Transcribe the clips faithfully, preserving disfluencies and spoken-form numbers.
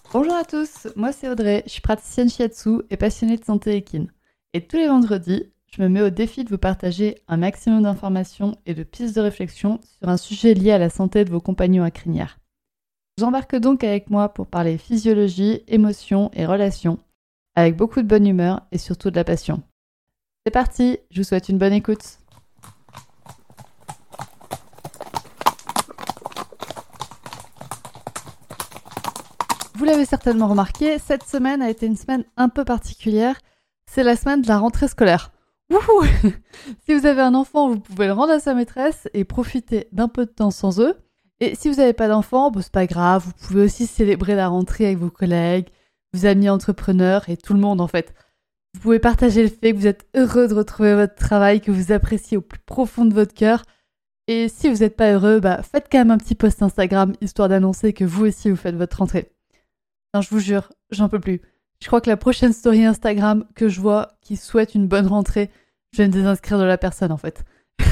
Bonjour à tous, moi c'est Audrey, je suis praticienne shiatsu et passionnée de santé équine. Et tous les vendredis, je me mets au défi de vous partager un maximum d'informations et de pistes de réflexion sur un sujet lié à la santé de vos compagnons à crinière. Je vous embarque donc avec moi pour parler physiologie, émotions et relations, avec beaucoup de bonne humeur et surtout de la passion. C'est parti, je vous souhaite une bonne écoute. Vous l'avez certainement remarqué, cette semaine a été une semaine un peu particulière. C'est la semaine de la rentrée scolaire. Wouhou. Si vous avez un enfant, vous pouvez le rendre à sa maîtresse et profiter d'un peu de temps sans eux. Et si vous n'avez pas d'enfant, bon, c'est pas grave, vous pouvez aussi célébrer la rentrée avec vos collègues, vos amis entrepreneurs et tout le monde en fait. Vous pouvez partager le fait que vous êtes heureux de retrouver votre travail, que vous appréciez au plus profond de votre cœur. Et si vous n'êtes pas heureux, bah, faites quand même un petit post Instagram histoire d'annoncer que vous aussi vous faites votre rentrée. Non, je vous jure, j'en peux plus. Je crois que la prochaine story Instagram que je vois qui souhaite une bonne rentrée, je vais me désinscrire de la personne en fait.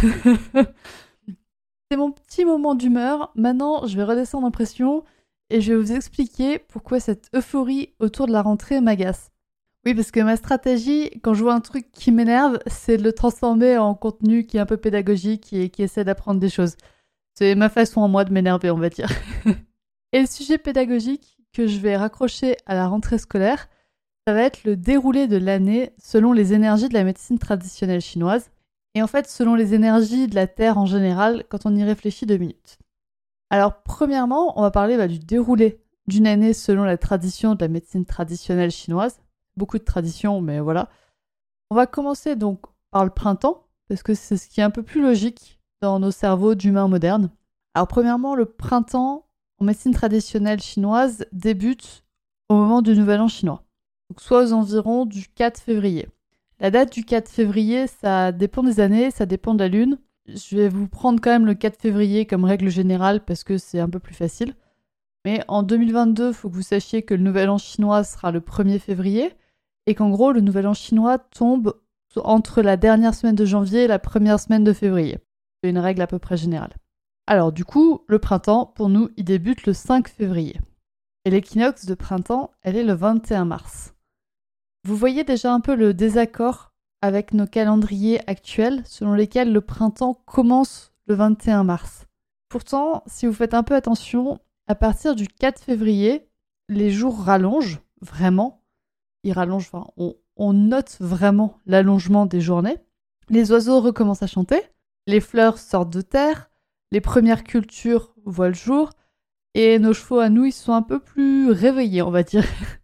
C'est mon petit moment d'humeur. Maintenant, je vais redescendre en pression et je vais vous expliquer pourquoi cette euphorie autour de la rentrée m'agace. Oui, parce que ma stratégie, quand je vois un truc qui m'énerve, c'est de le transformer en contenu qui est un peu pédagogique et qui essaie d'apprendre des choses. C'est ma façon à moi de m'énerver, on va dire. Et le sujet pédagogique que je vais raccrocher à la rentrée scolaire, ça va être le déroulé de l'année selon les énergies de la médecine traditionnelle chinoise, et en fait selon les énergies de la Terre en général quand on y réfléchit deux minutes. Alors premièrement, on va parler bah, du déroulé d'une année selon la tradition de la médecine traditionnelle chinoise. Beaucoup de traditions, mais voilà. On va commencer donc par le printemps, parce que c'est ce qui est un peu plus logique dans nos cerveaux d'humains modernes. Alors premièrement, le printemps en médecine traditionnelle chinoise débute au moment du Nouvel An chinois, donc soit aux environs du quatre février. La date du quatre février, ça dépend des années, ça dépend de la lune. Je vais vous prendre quand même le quatre février comme règle générale parce que c'est un peu plus facile. Mais en deux mille vingt-deux, il faut que vous sachiez que le Nouvel An chinois sera le premier février et qu'en gros, le Nouvel An chinois tombe entre la dernière semaine de janvier et la première semaine de février. C'est une règle à peu près générale. Alors du coup, le printemps, pour nous, il débute le cinq février. Et l'équinoxe de printemps, elle est le vingt et un mars. Vous voyez déjà un peu le désaccord avec nos calendriers actuels, selon lesquels le printemps commence le vingt et un mars. Pourtant, si vous faites un peu attention, à partir du quatre février, les jours rallongent, vraiment. Ils rallongent, enfin, on, on note vraiment l'allongement des journées. Les oiseaux recommencent à chanter, les fleurs sortent de terre, les premières cultures voient le jour, et nos chevaux à nous, ils sont un peu plus réveillés, on va dire.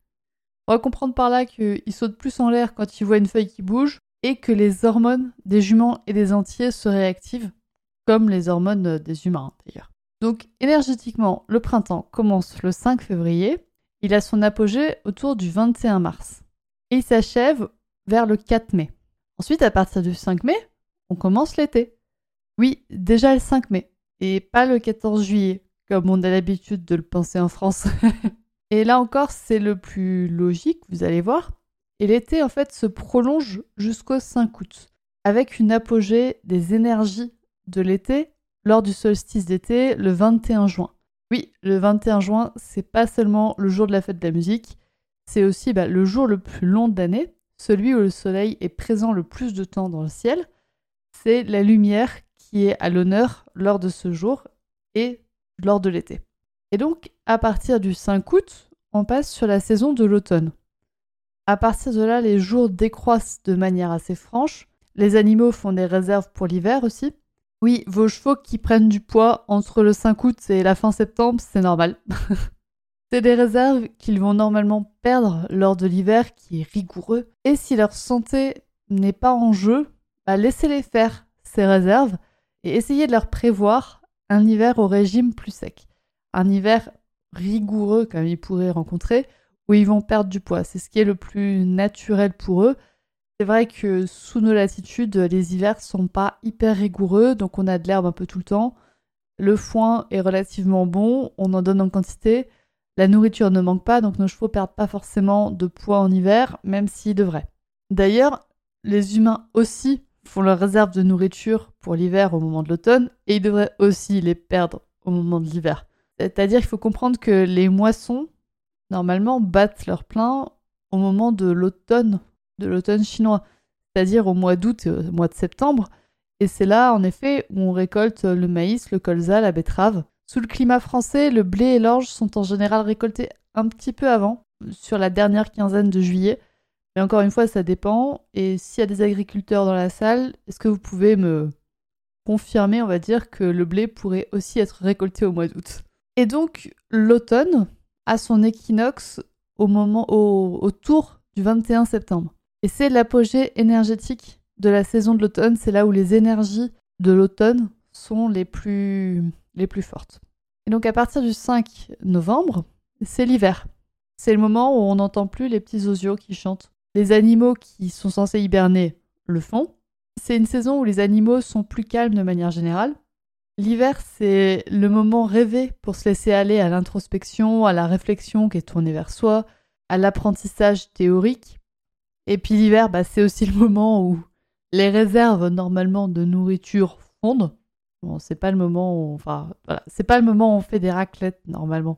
On va comprendre par là qu'ils sautent plus en l'air quand ils voient une feuille qui bouge, et que les hormones des juments et des entiers se réactivent, comme les hormones des humains d'ailleurs. Donc énergétiquement, le printemps commence le cinq février, il a son apogée autour du vingt et un mars, et il s'achève vers le quatre mai. Ensuite, à partir du cinq mai, on commence l'été. Oui, déjà le cinq mai. Et pas le quatorze juillet, comme on a l'habitude de le penser en France. Et là encore, c'est le plus logique, vous allez voir. Et l'été, en fait, se prolonge jusqu'au cinq août, avec une apogée des énergies de l'été lors du solstice d'été, le vingt et un juin. Oui, le vingt et un juin, c'est pas seulement le jour de la fête de la musique, c'est aussi bah, le jour le plus long de l'année, celui où le soleil est présent le plus de temps dans le ciel. C'est la lumière qui est à l'honneur lors de ce jour et lors de l'été. Et donc, à partir du cinq août, on passe sur la saison de l'automne. À partir de là, les jours décroissent de manière assez franche. Les animaux font des réserves pour l'hiver aussi. Oui, vos chevaux qui prennent du poids entre le cinq août et la fin septembre, c'est normal. C'est des réserves qu'ils vont normalement perdre lors de l'hiver qui est rigoureux. Et si leur santé n'est pas en jeu, bah laissez-les faire ces réserves et essayez de leur prévoir un hiver au régime plus sec. Un hiver rigoureux comme ils pourraient rencontrer, où ils vont perdre du poids. C'est ce qui est le plus naturel pour eux. C'est vrai que sous nos latitudes, les hivers sont pas hyper rigoureux, donc on a de l'herbe un peu tout le temps. Le foin est relativement bon, on en donne en quantité. La nourriture ne manque pas, donc nos chevaux perdent pas forcément de poids en hiver, même s'ils devraient. D'ailleurs, les humains aussi font leurs réserves de nourriture pour l'hiver au moment de l'automne, et ils devraient aussi les perdre au moment de l'hiver. C'est-à-dire qu'il faut comprendre que les moissons normalement, battent leur plein au moment de l'automne, de l'automne chinois, c'est-à-dire au mois d'août et au mois de septembre. Et c'est là, en effet, où on récolte le maïs, le colza, la betterave. Sous le climat français, le blé et l'orge sont en général récoltés un petit peu avant, sur la dernière quinzaine de juillet. Mais encore une fois, ça dépend. Et s'il y a des agriculteurs dans la salle, est-ce que vous pouvez me confirmer, on va dire, que le blé pourrait aussi être récolté au mois d'août? Et donc, l'automne a son équinoxe au moment, au, autour du vingt et un septembre. Et c'est l'apogée énergétique de la saison de l'automne. C'est là où les énergies de l'automne sont les plus, les plus fortes. Et donc, à partir du cinq novembre, c'est l'hiver. C'est le moment où on n'entend plus les petits osios qui chantent. Les animaux qui sont censés hiberner le font. C'est une saison où les animaux sont plus calmes de manière générale. L'hiver, c'est le moment rêvé pour se laisser aller à l'introspection, à la réflexion qui est tournée vers soi, à l'apprentissage théorique. Et puis l'hiver, bah, c'est aussi le moment où les réserves normalement de nourriture fondent. Bon, c'est pas le moment où, enfin, voilà, c'est pas le moment où on fait des raclettes normalement.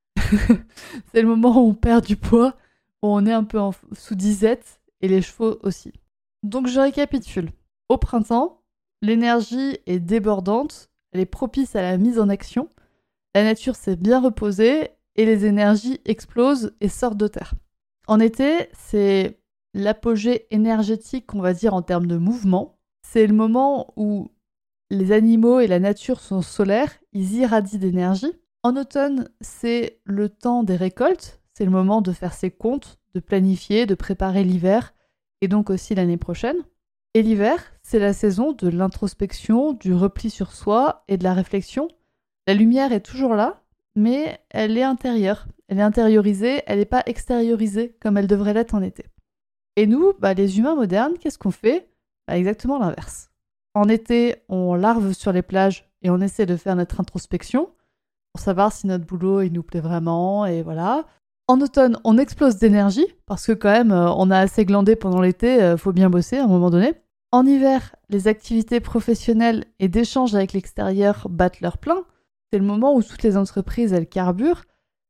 C'est le moment où on perd du poids, où on est un peu en, sous disette, et les chevaux aussi. Donc je récapitule. Au printemps, l'énergie est débordante, elle est propice à la mise en action, la nature s'est bien reposée, et les énergies explosent et sortent de terre. En été, c'est l'apogée énergétique, on va dire, en termes de mouvement. C'est le moment où les animaux et la nature sont solaires, ils irradient d'énergie. En automne, c'est le temps des récoltes, c'est le moment de faire ses comptes, de planifier, de préparer l'hiver, et donc aussi l'année prochaine. Et l'hiver, c'est la saison de l'introspection, du repli sur soi et de la réflexion. La lumière est toujours là, mais elle est intérieure. Elle est intériorisée, elle n'est pas extériorisée comme elle devrait l'être en été. Et nous, bah, les humains modernes, qu'est-ce qu'on fait? Bah, exactement l'inverse. En été, on larve sur les plages et on essaie de faire notre introspection pour savoir si notre boulot il nous plaît vraiment, et voilà. En automne, on explose d'énergie, parce que quand même, euh, on a assez glandé pendant l'été, euh, faut bien bosser à un moment donné. En hiver, les activités professionnelles et d'échange avec l'extérieur battent leur plein. C'est le moment où toutes les entreprises, elles carburent.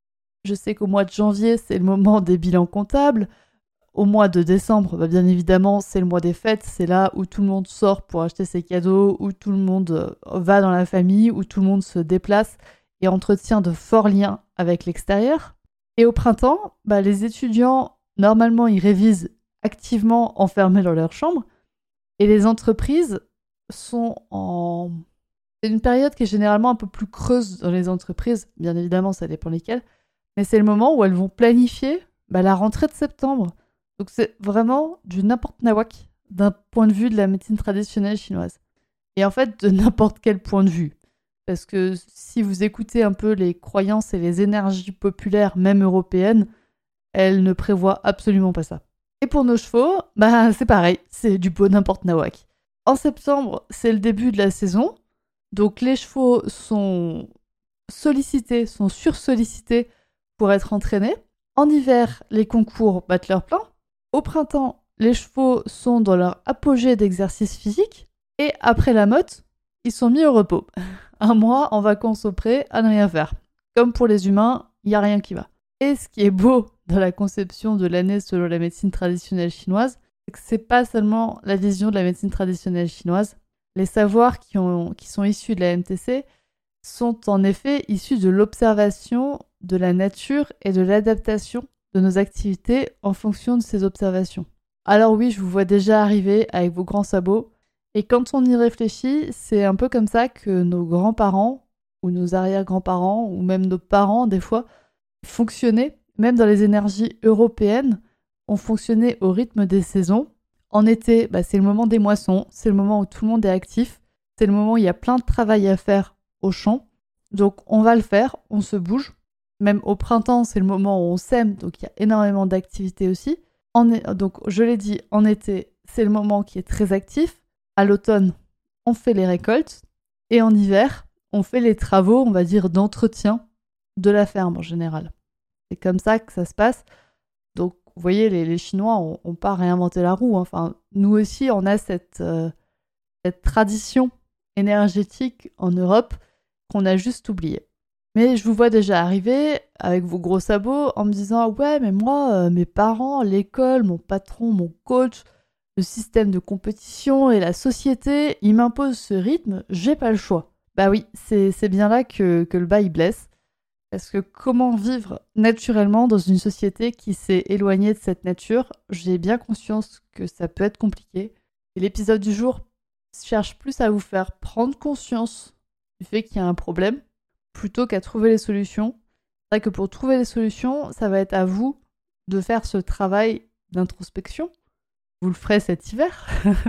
Je sais qu'au mois de janvier, c'est le moment des bilans comptables. Au mois de décembre, bah bien évidemment, c'est le mois des fêtes. C'est là où tout le monde sort pour acheter ses cadeaux, où tout le monde euh, va dans la famille, où tout le monde se déplace et entretient de forts liens avec l'extérieur. Et au printemps, bah, les étudiants, normalement, ils révisent activement enfermés dans leur chambre. Et les entreprises sont en... C'est une période qui est généralement un peu plus creuse dans les entreprises. Bien évidemment, ça dépend lesquelles. Mais c'est le moment où elles vont planifier bah, la rentrée de septembre. Donc c'est vraiment du n'importe nawak d'un point de vue de la médecine traditionnelle chinoise. Et en fait, de n'importe quel point de vue. Parce que si vous écoutez un peu les croyances et les énergies populaires, même européennes, elles ne prévoient absolument pas ça. Et pour nos chevaux, bah c'est pareil, c'est du beau n'importe nawak. En septembre, c'est le début de la saison, donc les chevaux sont sollicités, sont sursollicités pour être entraînés. En hiver, les concours battent leur plein. Au printemps, les chevaux sont dans leur apogée d'exercice physique. Et après la motte, ils sont mis au repos. Un mois en vacances au pré à ne rien faire. Comme pour les humains, il n'y a rien qui va. Et ce qui est beau dans la conception de l'année selon la médecine traditionnelle chinoise, c'est que c'est pas seulement la vision de la médecine traditionnelle chinoise. Les savoirs qui, ont, qui sont issus de la M T C sont en effet issus de l'observation de la nature et de l'adaptation de nos activités en fonction de ces observations. Alors oui, je vous vois déjà arriver avec vos grands sabots. Et quand on y réfléchit, c'est un peu comme ça que nos grands-parents, ou nos arrière-grands-parents, ou même nos parents, des fois, fonctionnaient, même dans les énergies européennes, ont fonctionné au rythme des saisons. En été, bah, c'est le moment des moissons, c'est le moment où tout le monde est actif, c'est le moment où il y a plein de travail à faire au champ. Donc on va le faire, on se bouge. Même au printemps, c'est le moment où on sème, donc il y a énormément d'activités aussi. En, donc je l'ai dit, en été, c'est le moment qui est très actif. À l'automne, on fait les récoltes. Et en hiver, on fait les travaux, on va dire, d'entretien de la ferme en général. C'est comme ça que ça se passe. Donc, vous voyez, les, les Chinois n'ont pas réinventé la roue. Hein. Enfin, nous aussi, on a cette, euh, cette tradition énergétique en Europe qu'on a juste oubliée. Mais je vous vois déjà arriver avec vos gros sabots en me disant « Ouais, mais moi, euh, mes parents, l'école, mon patron, mon coach, le système de compétition et la société, ils m'imposent ce rythme, j'ai pas le choix. » Bah oui, c'est, c'est bien là que, que le bas il blesse. Parce que comment vivre naturellement dans une société qui s'est éloignée de cette nature? J'ai bien conscience que ça peut être compliqué. Et l'épisode du jour cherche plus à vous faire prendre conscience du fait qu'il y a un problème, plutôt qu'à trouver les solutions. C'est vrai que pour trouver les solutions, ça va être à vous de faire ce travail d'introspection. Vous le ferez cet hiver.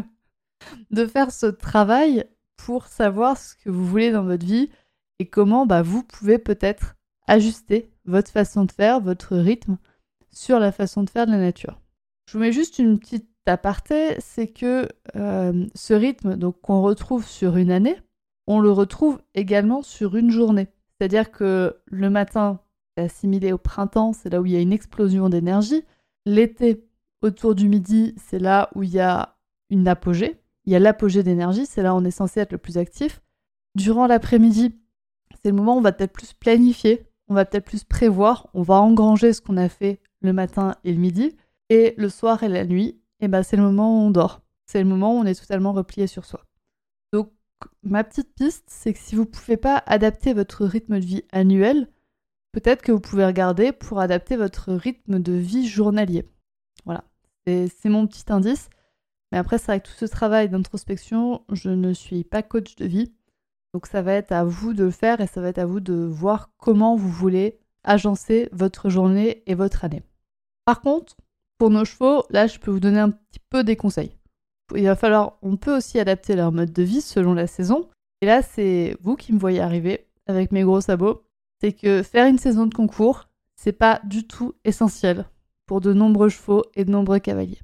De faire ce travail pour savoir ce que vous voulez dans votre vie et comment bah, vous pouvez peut-être ajuster votre façon de faire, votre rythme sur la façon de faire de la nature. Je vous mets juste une petite aparté, c'est que euh, ce rythme donc, qu'on retrouve sur une année, on le retrouve également sur une journée. C'est-à-dire que le matin, c'est assimilé au printemps, c'est là où il y a une explosion d'énergie. L'été, autour du midi, c'est là où il y a une apogée. Il y a l'apogée d'énergie, c'est là où on est censé être le plus actif. Durant l'après-midi, c'est le moment où on va peut-être plus planifier, on va peut-être plus prévoir, on va engranger ce qu'on a fait le matin et le midi. Et le soir et la nuit, et ben c'est le moment où on dort. C'est le moment où on est totalement replié sur soi. Donc, ma petite piste, c'est que si vous ne pouvez pas adapter votre rythme de vie annuel, peut-être que vous pouvez regarder pour adapter votre rythme de vie journalier. Voilà, c'est, c'est mon petit indice. Mais après, c'est vrai que tout ce travail d'introspection, je ne suis pas coach de vie. Donc ça va être à vous de le faire et ça va être à vous de voir comment vous voulez agencer votre journée et votre année. Par contre, pour nos chevaux, là, je peux vous donner un petit peu des conseils. Il va falloir, on peut aussi adapter leur mode de vie selon la saison. Et là, c'est vous qui me voyez arriver avec mes gros sabots. C'est que faire une saison de concours, c'est pas du tout essentiel pour de nombreux chevaux et de nombreux cavaliers.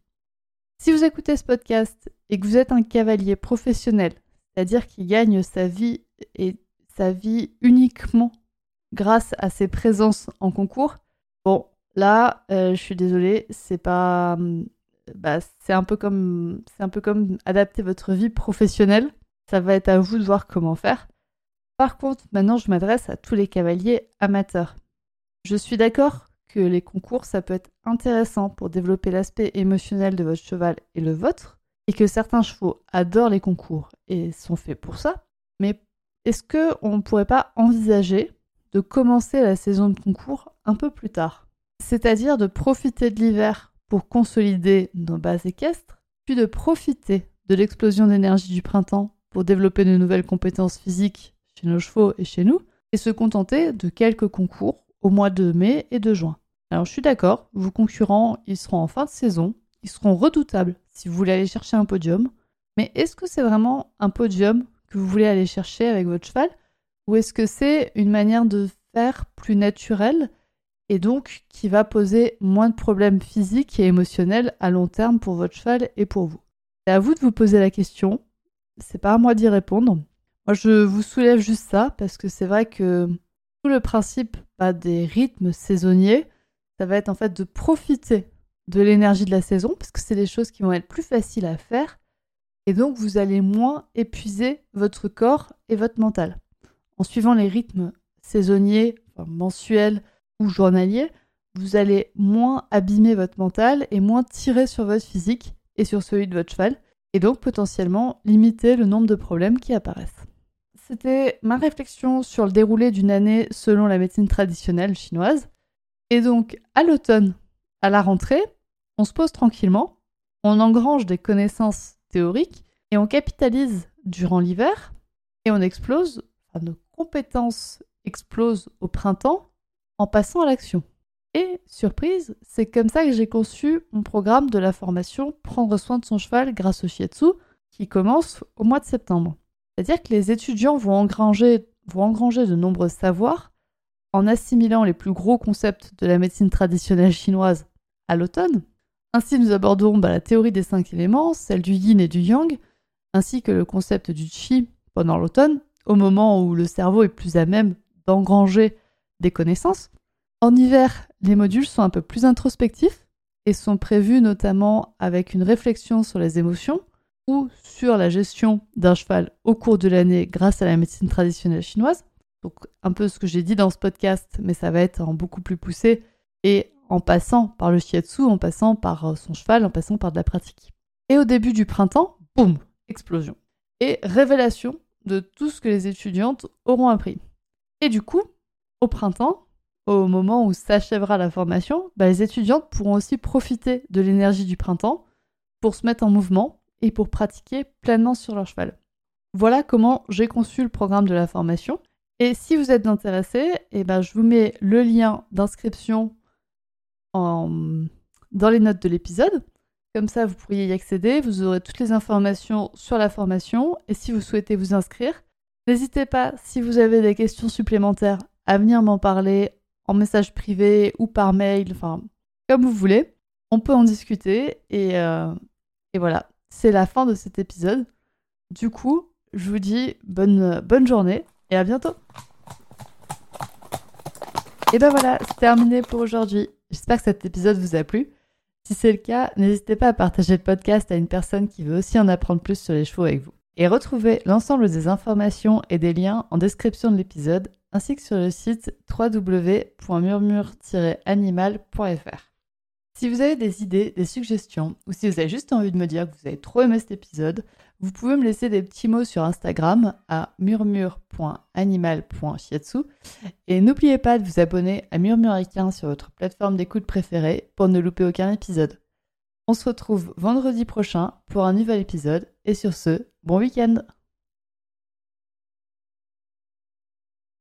Si vous écoutez ce podcast et que vous êtes un cavalier professionnel, c'est-à-dire qui gagne sa vie et sa vie uniquement grâce à ses présences en concours, bon, là, euh, je suis désolée, c'est pas, bah, c'est un peu comme, c'est un peu comme adapter votre vie professionnelle. Ça va être à vous de voir comment faire. Par contre, maintenant, je m'adresse à tous les cavaliers amateurs. Je suis d'accord que les concours, ça peut être intéressant pour développer l'aspect émotionnel de votre cheval et le vôtre, et que certains chevaux adorent les concours et sont faits pour ça. Mais est-ce qu'on ne pourrait pas envisager de commencer la saison de concours un peu plus tard? C'est-à-dire de profiter de l'hiver pour consolider nos bases équestres, puis de profiter de l'explosion d'énergie du printemps pour développer de nouvelles compétences physiques chez nos chevaux et chez nous, et se contenter de quelques concours au mois de mai et de juin. Alors je suis d'accord, vos concurrents, ils seront en fin de saison, ils seront redoutables si vous voulez aller chercher un podium, mais est-ce que c'est vraiment un podium que vous voulez aller chercher avec votre cheval, ou est-ce que c'est une manière de faire plus naturelle et donc qui va poser moins de problèmes physiques et émotionnels à long terme pour votre cheval et pour vous? C'est à vous de vous poser la question, c'est pas à moi d'y répondre. Moi je vous soulève juste ça, parce que c'est vrai que tout le principe bah, des rythmes saisonniers, ça va être en fait de profiter de l'énergie de la saison, parce que c'est des choses qui vont être plus faciles à faire, et donc vous allez moins épuiser votre corps et votre mental. En suivant les rythmes saisonniers, enfin, mensuels ou journaliers, vous allez moins abîmer votre mental et moins tirer sur votre physique et sur celui de votre cheval, et donc potentiellement limiter le nombre de problèmes qui apparaissent. C'était ma réflexion sur le déroulé d'une année selon la médecine traditionnelle chinoise. Et donc, à l'automne, à la rentrée, on se pose tranquillement, on engrange des connaissances théoriques et on capitalise durant l'hiver et on explose, enfin, nos compétences explosent au printemps en passant à l'action. Et, surprise, c'est comme ça que j'ai conçu mon programme de la formation Prendre soin de son cheval grâce au shiatsu qui commence au mois de septembre. C'est-à-dire que les étudiants vont engranger, vont engranger de nombreux savoirs en assimilant les plus gros concepts de la médecine traditionnelle chinoise à l'automne. Ainsi, nous abordons bah, la théorie des cinq éléments, celle du yin et du yang, ainsi que le concept du qi pendant l'automne, au moment où le cerveau est plus à même d'engranger des connaissances. En hiver, les modules sont un peu plus introspectifs et sont prévus notamment avec une réflexion sur les émotions, ou sur la gestion d'un cheval au cours de l'année grâce à la médecine traditionnelle chinoise. donc un peu ce que j'ai dit dans ce podcast, mais ça va être en beaucoup plus poussé, et en passant par le shiatsu, en passant par son cheval, en passant par de la pratique. Et au début du printemps, boum, explosion. Et révélation de tout ce que les étudiantes auront appris. Et du coup, au printemps, au moment où s'achèvera la formation, bah, les étudiantes pourront aussi profiter de l'énergie du printemps pour se mettre en mouvement et pour pratiquer pleinement sur leur cheval. Voilà comment j'ai conçu le programme de la formation. Et si vous êtes intéressés, eh ben, je vous mets le lien d'inscription en... dans les notes de l'épisode. Comme ça, vous pourriez y accéder, vous aurez toutes les informations sur la formation. Et si vous souhaitez vous inscrire, n'hésitez pas, si vous avez des questions supplémentaires, à venir m'en parler en message privé ou par mail, enfin, comme vous voulez. On peut en discuter. Et, euh, et voilà, c'est la fin de cet épisode. Du coup, je vous dis bonne, bonne journée et à bientôt. Et ben voilà, c'est terminé pour aujourd'hui. J'espère que cet épisode vous a plu. Si c'est le cas, n'hésitez pas à partager le podcast à une personne qui veut aussi en apprendre plus sur les chevaux avec vous. Et retrouvez l'ensemble des informations et des liens en description de l'épisode, ainsi que sur le site w w w point murmure tiret animal point f r. Si vous avez des idées, des suggestions, ou si vous avez juste envie de me dire que vous avez trop aimé cet épisode, vous pouvez me laisser des petits mots sur Instagram à murmure point animal point shiatsu. Et n'oubliez pas de vous abonner à Murmuricain sur votre plateforme d'écoute préférée pour ne louper aucun épisode. On se retrouve vendredi prochain pour un nouvel épisode. Et sur ce, bon week-end!